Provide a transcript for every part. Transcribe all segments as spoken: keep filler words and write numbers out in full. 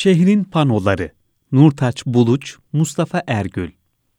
Şehrin panoları. Nurtaç Buluç, Mustafa Ergül.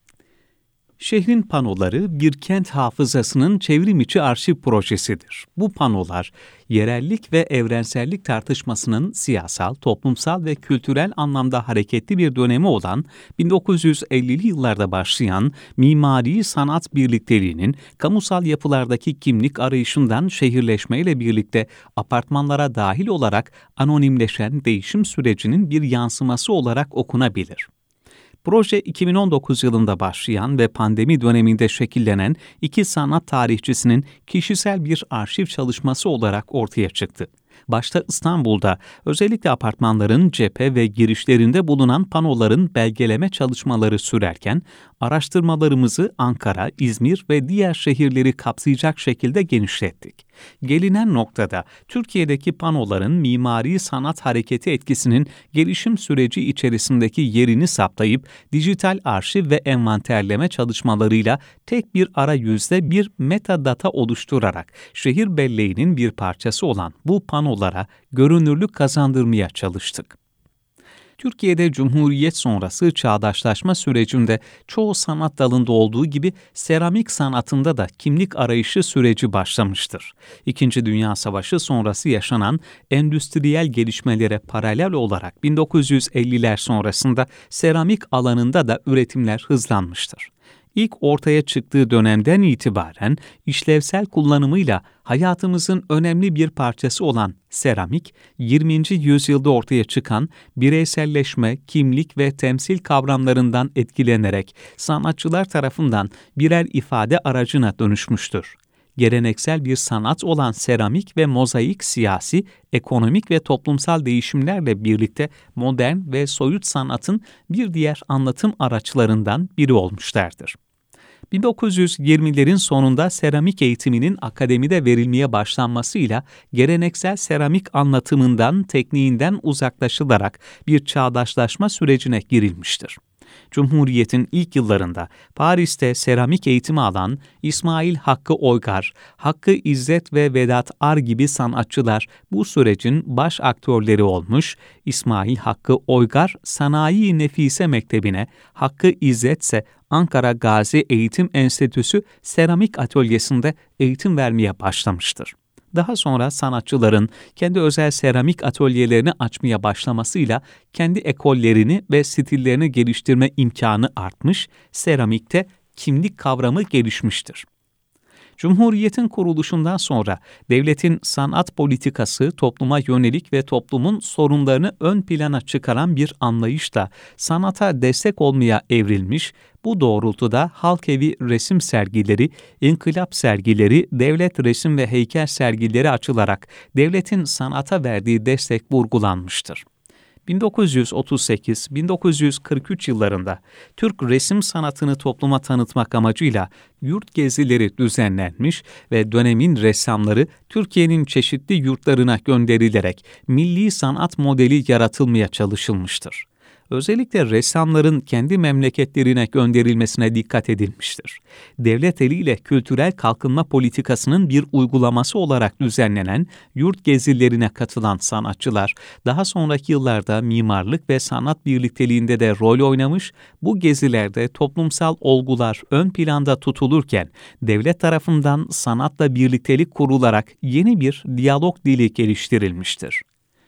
Şehrin panoları bir kent hafızasının çevrim içi arşiv projesidir. Bu panolar, yerellik ve evrensellik tartışmasının siyasal, toplumsal ve kültürel anlamda hareketli bir dönemi olan bin dokuz yüz ellili yıllarda başlayan mimari sanat birlikteliğinin kamusal yapılardaki kimlik arayışından şehirleşmeyle birlikte apartmanlara dahil olarak anonimleşen değişim sürecinin bir yansıması olarak okunabilir. Proje iki bin on dokuz yılında başlayan ve pandemi döneminde şekillenen iki sanat tarihçisinin kişisel bir arşiv çalışması olarak ortaya çıktı. Başta İstanbul'da özellikle apartmanların cephe ve girişlerinde bulunan panoların belgeleme çalışmaları sürerken araştırmalarımızı Ankara, İzmir ve diğer şehirleri kapsayacak şekilde genişlettik. Gelinen noktada Türkiye'deki panoların mimari sanat hareketi etkisinin gelişim süreci içerisindeki yerini saptayıp dijital arşiv ve envanterleme çalışmalarıyla tek bir arayüzde bir metadata oluşturarak şehir belleğinin bir parçası olan bu panolara görünürlük kazandırmaya çalıştık. Türkiye'de Cumhuriyet sonrası çağdaşlaşma sürecinde çoğu sanat dalında olduğu gibi seramik sanatında da kimlik arayışı süreci başlamıştır. İkinci Dünya Savaşı sonrası yaşanan endüstriyel gelişmelere paralel olarak bin dokuz yüz elliler sonrasında seramik alanında da üretimler hızlanmıştır. İlk ortaya çıktığı dönemden itibaren işlevsel kullanımıyla hayatımızın önemli bir parçası olan seramik, yirminci yüzyılda ortaya çıkan bireyselleşme, kimlik ve temsil kavramlarından etkilenerek sanatçılar tarafından birer ifade aracına dönüşmüştür. Geleneksel bir sanat olan seramik ve mozaik siyasi, ekonomik ve toplumsal değişimlerle birlikte modern ve soyut sanatın bir diğer anlatım araçlarından biri olmuşlardır. bin dokuz yüz yirmilerin sonunda seramik eğitiminin akademide verilmeye başlanmasıyla geleneksel seramik anlatımından, tekniğinden uzaklaşılarak bir çağdaşlaşma sürecine girilmiştir. Cumhuriyet'in ilk yıllarında Paris'te seramik eğitimi alan İsmail Hakkı Oygar, Hakkı İzzet ve Vedat Ar gibi sanatçılar bu sürecin baş aktörleri olmuş. İsmail Hakkı Oygar Sanayi Nefise Mektebi'ne, Hakkı İzzet ise Ankara Gazi Eğitim Enstitüsü Seramik Atölyesi'nde eğitim vermeye başlamıştır. Daha sonra sanatçıların kendi özel seramik atölyelerini açmaya başlamasıyla kendi ekollerini ve stillerini geliştirme imkanı artmış, seramikte kimlik kavramı gelişmiştir. Cumhuriyet'in kuruluşundan sonra devletin sanat politikası topluma yönelik ve toplumun sorunlarını ön plana çıkaran bir anlayışla sanata destek olmaya evrilmiş, bu doğrultuda halk-evi resim sergileri, inkılap sergileri, devlet resim ve heykel sergileri açılarak devletin sanata verdiği destek vurgulanmıştır. bin dokuz yüz otuz sekiz bin dokuz yüz kırk üç yıllarında Türk resim sanatını topluma tanıtmak amacıyla yurt gezileri düzenlenmiş ve dönemin ressamları Türkiye'nin çeşitli yurtlarına gönderilerek milli sanat modeli yaratılmaya çalışılmıştır. Özellikle ressamların kendi memleketlerine gönderilmesine dikkat edilmiştir. Devlet eliyle kültürel kalkınma politikasının bir uygulaması olarak düzenlenen yurt gezilerine katılan sanatçılar, daha sonraki yıllarda mimarlık ve sanat birlikteliğinde de rol oynamış, bu gezilerde toplumsal olgular ön planda tutulurken, devlet tarafından sanatla birliktelik kurularak yeni bir diyalog dili geliştirilmiştir.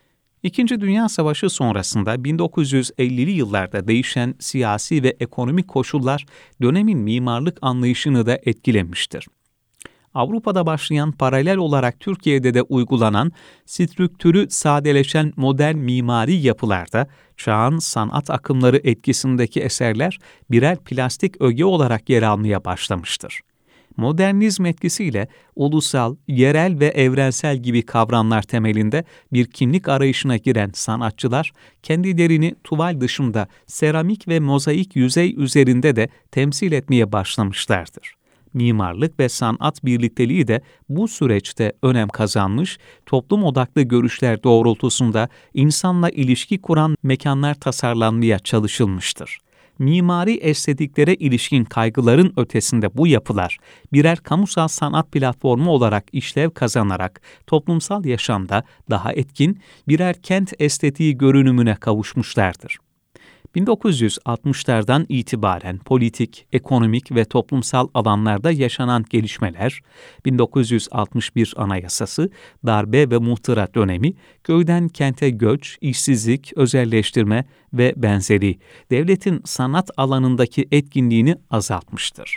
İkinci Dünya Savaşı sonrasında bin dokuz yüz ellili yıllarda değişen siyasi ve ekonomik koşullar dönemin mimarlık anlayışını da etkilemiştir. Avrupa'da başlayan paralel olarak Türkiye'de de uygulanan strüktürü sadeleşen modern mimari yapılarda çağın sanat akımları etkisindeki eserler birer plastik öge olarak yer almaya başlamıştır. Modernizm etkisiyle ulusal, yerel ve evrensel gibi kavramlar temelinde bir kimlik arayışına giren sanatçılar, kendilerini tuval dışında seramik ve mozaik yüzey üzerinde de temsil etmeye başlamışlardır. Mimarlık ve sanat birlikteliği de bu süreçte önem kazanmış, toplum odaklı görüşler doğrultusunda insanla ilişki kuran mekanlar tasarlanmaya çalışılmıştır. mimari estetiklere ilişkin kaygıların ötesinde bu yapılar, birer kamusal sanat platformu olarak işlev kazanarak toplumsal yaşamda daha etkin birer kent estetiği görünümüne kavuşmuşlardır. bin dokuz yüz altmışlardan itibaren politik, ekonomik ve toplumsal alanlarda yaşanan gelişmeler, bin dokuz yüz altmış bir Anayasası, darbe ve muhtıra dönemi, köyden kente göç, işsizlik, özelleştirme ve benzeri devletin sanat alanındaki etkinliğini azaltmıştır.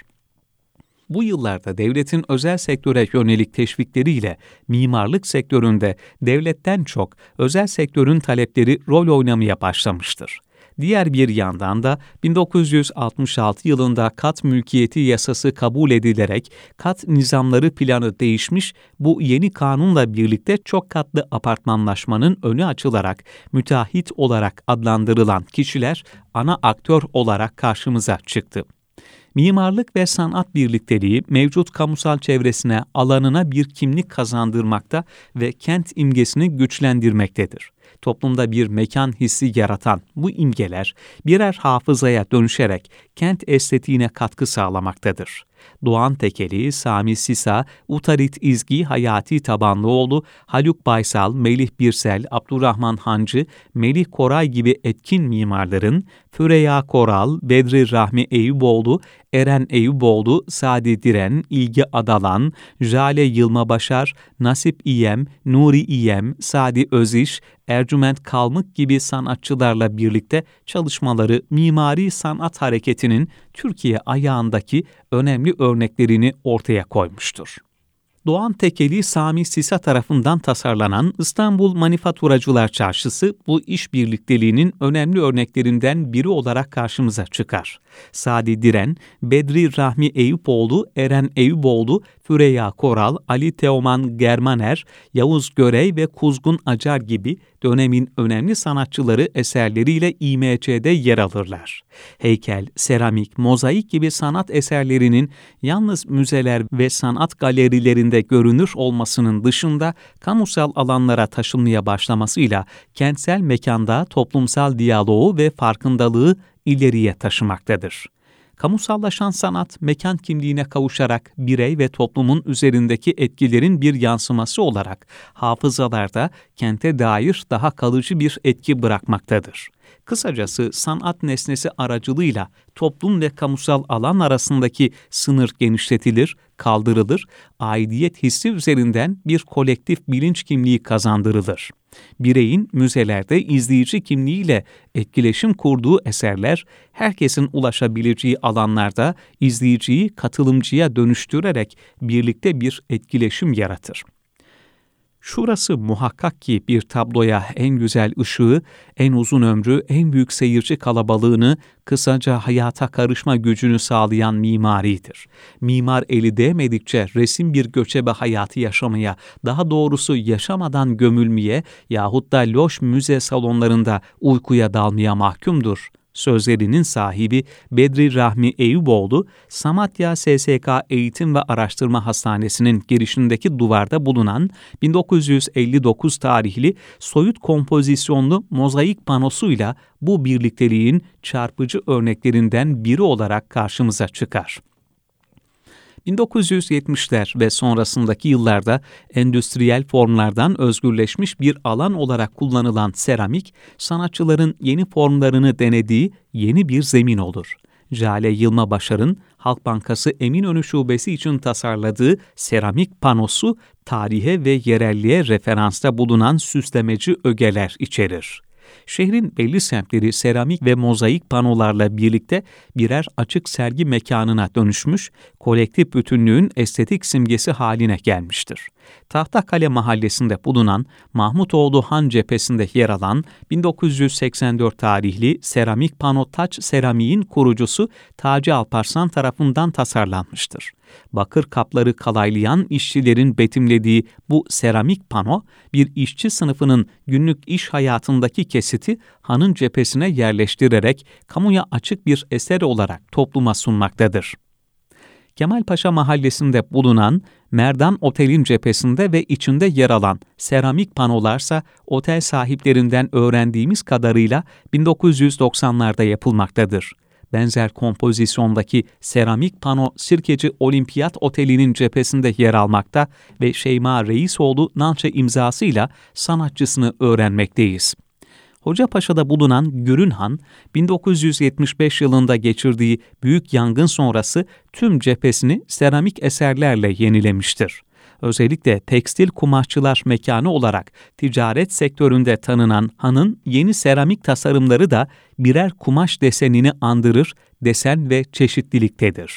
Bu yıllarda devletin özel sektöre yönelik teşvikleriyle mimarlık sektöründe devletten çok özel sektörün talepleri rol oynamaya başlamıştır. Diğer bir yandan da bin dokuz yüz altmış altı yılında kat mülkiyeti yasası kabul edilerek kat nizamları planı değişmiş, bu yeni kanunla birlikte çok katlı apartmanlaşmanın önü açılarak müteahhit olarak adlandırılan kişiler ana aktör olarak karşımıza çıktı. Mimarlık ve sanat birlikteliği mevcut kamusal çevresine, alanına bir kimlik kazandırmakta ve kent imgesini güçlendirmektedir. Toplumda bir mekan hissi yaratan bu imgeler birer hafızaya dönüşerek kent estetiğine katkı sağlamaktadır. Doğan Tekeli, Sami Sisa, Utarit İzgi, Hayati Tabanlıoğlu, Haluk Baysal, Melih Birsel, Abdurrahman Hancı, Melih Koray gibi etkin mimarların, Füreya Koral, Bedri Rahmi Eyüboğlu, Eren Eyüboğlu, Sadi Diren, İlgi Adalan, Jale Yılmabaşar, Nasip İyem, Nuri İyem, Sadi Öziş, Ercüment Kalmık gibi sanatçılarla birlikte çalışmaları mimari sanat hareketinin Türkiye ayağındaki önemli örneklerini ortaya koymuştur. Doğan Tekeli, Sami Sisa tarafından tasarlanan İstanbul Manifaturacılar Çarşısı bu iş birlikteliğinin önemli örneklerinden biri olarak karşımıza çıkar. Sadi Diren, Bedri Rahmi Eyüboğlu, Eren Eyüboğlu, Füreya Koral, Ali Teoman Germaner, Yavuz Görey ve Kuzgun Acar gibi dönemin önemli sanatçıları eserleriyle İ M Ç'de yer alırlar. Heykel, seramik, mozaik gibi sanat eserlerinin yalnız müzeler ve sanat galerilerinde görünür olmasının dışında kamusal alanlara taşınmaya başlamasıyla kentsel mekanda toplumsal diyaloğu ve farkındalığı ileriye taşımaktadır. Kamusallaşan sanat, mekan kimliğine kavuşarak birey ve toplumun üzerindeki etkilerin bir yansıması olarak hafızalarda kente dair daha kalıcı bir etki bırakmaktadır. Kısacası sanat nesnesi aracılığıyla toplum ve kamusal alan arasındaki sınır genişletilir, kaldırılır, aidiyet hissi üzerinden bir kolektif bilinç kimliği kazandırılır. Bireyin müzelerde izleyici kimliğiyle etkileşim kurduğu eserler, herkesin ulaşabileceği alanlarda izleyiciyi katılımcıya dönüştürerek birlikte bir etkileşim yaratır. Şurası muhakkak ki bir tabloya en güzel ışığı, en uzun ömrü, en büyük seyirci kalabalığını, kısaca hayata karışma gücünü sağlayan mimaridir. Mimar eli değmedikçe resim bir göçebe hayatı yaşamaya, daha doğrusu yaşamadan gömülmeye yahut da loş müze salonlarında uykuya dalmaya mahkumdur. Sözlerinin sahibi Bedri Rahmi Eyüboğlu, Samatya S S K Eğitim ve Araştırma Hastanesi'nin girişindeki duvarda bulunan bin dokuz yüz elli dokuz tarihli soyut kompozisyonlu mozaik panosuyla bu birlikteliğin çarpıcı örneklerinden biri olarak karşımıza çıkar. bin dokuz yüz yetmişler ve sonrasındaki yıllarda endüstriyel formlardan özgürleşmiş bir alan olarak kullanılan seramik, sanatçıların yeni formlarını denediği yeni bir zemin olur. Jale Yılmabaşar'ın Halk Bankası Eminönü Şubesi için tasarladığı seramik panosu, tarihe ve yerelliğe referansta bulunan süslemeci ögeler içerir. Şehrin belli semtleri seramik ve mozaik panolarla birlikte birer açık sergi mekanına dönüşmüş, kolektif bütünlüğün estetik simgesi haline gelmiştir. Tahtakale mahallesinde bulunan Mahmutoğlu Han cephesinde yer alan bin dokuz yüz seksen dört tarihli seramik pano taç seramiğin kurucusu Taci Alparslan tarafından tasarlanmıştır. Bakır kapları kalaylayan işçilerin betimlediği bu seramik pano, bir işçi sınıfının günlük iş hayatındaki kesiti hanın cephesine yerleştirerek kamuya açık bir eser olarak topluma sunmaktadır. Kemalpaşa mahallesinde bulunan Merdan Otel'in cephesinde ve içinde yer alan seramik panolarsa otel sahiplerinden öğrendiğimiz kadarıyla bin dokuz yüz doksanlarda yapılmaktadır. benzer kompozisyondaki seramik pano Sirkeci Olimpiyat Oteli'nin cephesinde yer almakta ve Şeyma Reisoğlu Nalçe imzasıyla sanatçısını öğrenmekteyiz. Hocapaşa'da bulunan Gürünhan, bin dokuz yüz yetmiş beş yılında geçirdiği büyük yangın sonrası tüm cephesini seramik eserlerle yenilemiştir. Özellikle tekstil kumaşçılar mekanı olarak ticaret sektöründe tanınan Han'ın yeni seramik tasarımları da birer kumaş desenini andırır, desen ve çeşitliliktedir.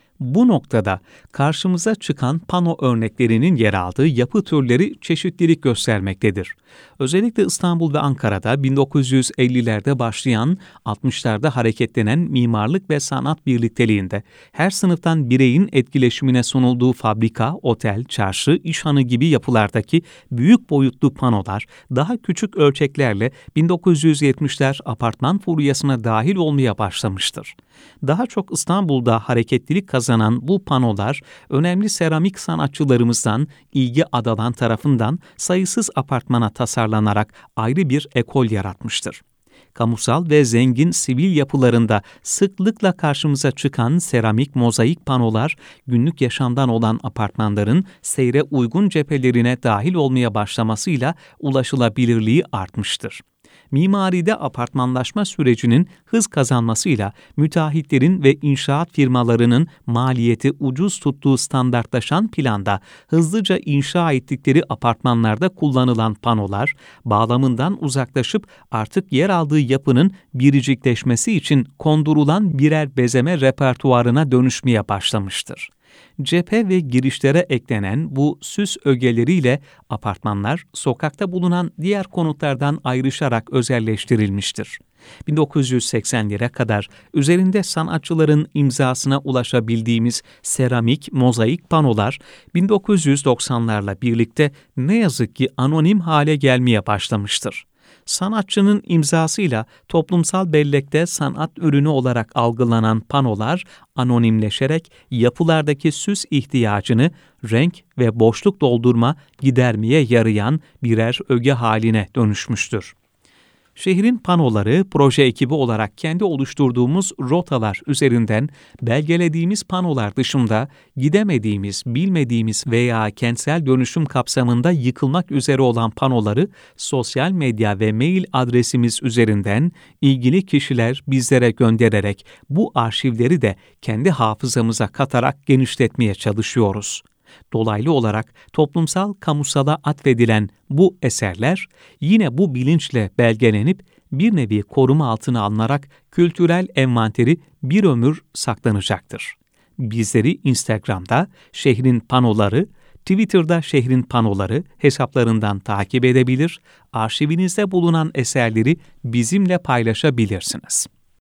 Bu noktada karşımıza çıkan pano örneklerinin yer aldığı yapı türleri çeşitlilik göstermektedir. Özellikle İstanbul ve Ankara'da bin dokuz yüz ellilerde başlayan, altmışlarda hareketlenen mimarlık ve sanat birlikteliğinde her sınıftan bireyin etkileşimine sunulduğu fabrika, otel, çarşı, işhanı gibi yapılardaki büyük boyutlu panolar daha küçük ölçeklerle bin dokuz yüz yetmişler apartman furyasına dahil olmaya başlamıştır. Daha çok İstanbul'da hareketlilik kazanan bu panolar, önemli seramik sanatçılarımızdan İlgi Adalan tarafından sayısız apartmana tasarlanarak ayrı bir ekol yaratmıştır. Kamusal ve zengin sivil yapılarında sıklıkla karşımıza çıkan seramik mozaik panolar, günlük yaşamdan olan apartmanların seyre uygun cephelerine dahil olmaya başlamasıyla ulaşılabilirliği artmıştır. Mimaride apartmanlaşma sürecinin hız kazanmasıyla müteahhitlerin ve inşaat firmalarının maliyeti ucuz tuttuğu standartlaşan planda hızlıca inşa ettikleri apartmanlarda kullanılan panolar, bağlamından uzaklaşıp artık yer aldığı yapının biricikleşmesi için kondurulan birer bezeme repertuarına dönüşmeye başlamıştır. Cephe ve girişlere eklenen bu süs ögeleriyle apartmanlar sokakta bulunan diğer konutlardan ayrışarak özelleştirilmiştir. bin dokuz yüz seksenlere kadar üzerinde sanatçıların imzasına ulaşabildiğimiz seramik, mozaik panolar bin dokuz yüz doksanlarla birlikte ne yazık ki anonim hale gelmeye başlamıştır. Sanatçının imzasıyla toplumsal bellekte sanat ürünü olarak algılanan panolar anonimleşerek yapılardaki süs ihtiyacını renk ve boşluk doldurma, gidermeye yarayan birer öge haline dönüşmüştür. Şehrin panoları, proje ekibi olarak kendi oluşturduğumuz rotalar üzerinden belgelediğimiz panolar dışında gidemediğimiz, bilmediğimiz veya kentsel dönüşüm kapsamında yıkılmak üzere olan panoları sosyal medya ve mail adresimiz üzerinden ilgili kişiler bizlere göndererek bu arşivleri de kendi hafızamıza katarak genişletmeye çalışıyoruz. Dolaylı olarak toplumsal kamusala atfedilen bu eserler yine bu bilinçle belgelenip bir nevi koruma altına alınarak kültürel envanteri bir ömür saklanacaktır. Bizleri Instagram'da Şehrin Panoları, Twitter'da Şehrin Panoları hesaplarından takip edebilir, arşivinizde bulunan eserleri bizimle paylaşabilirsiniz.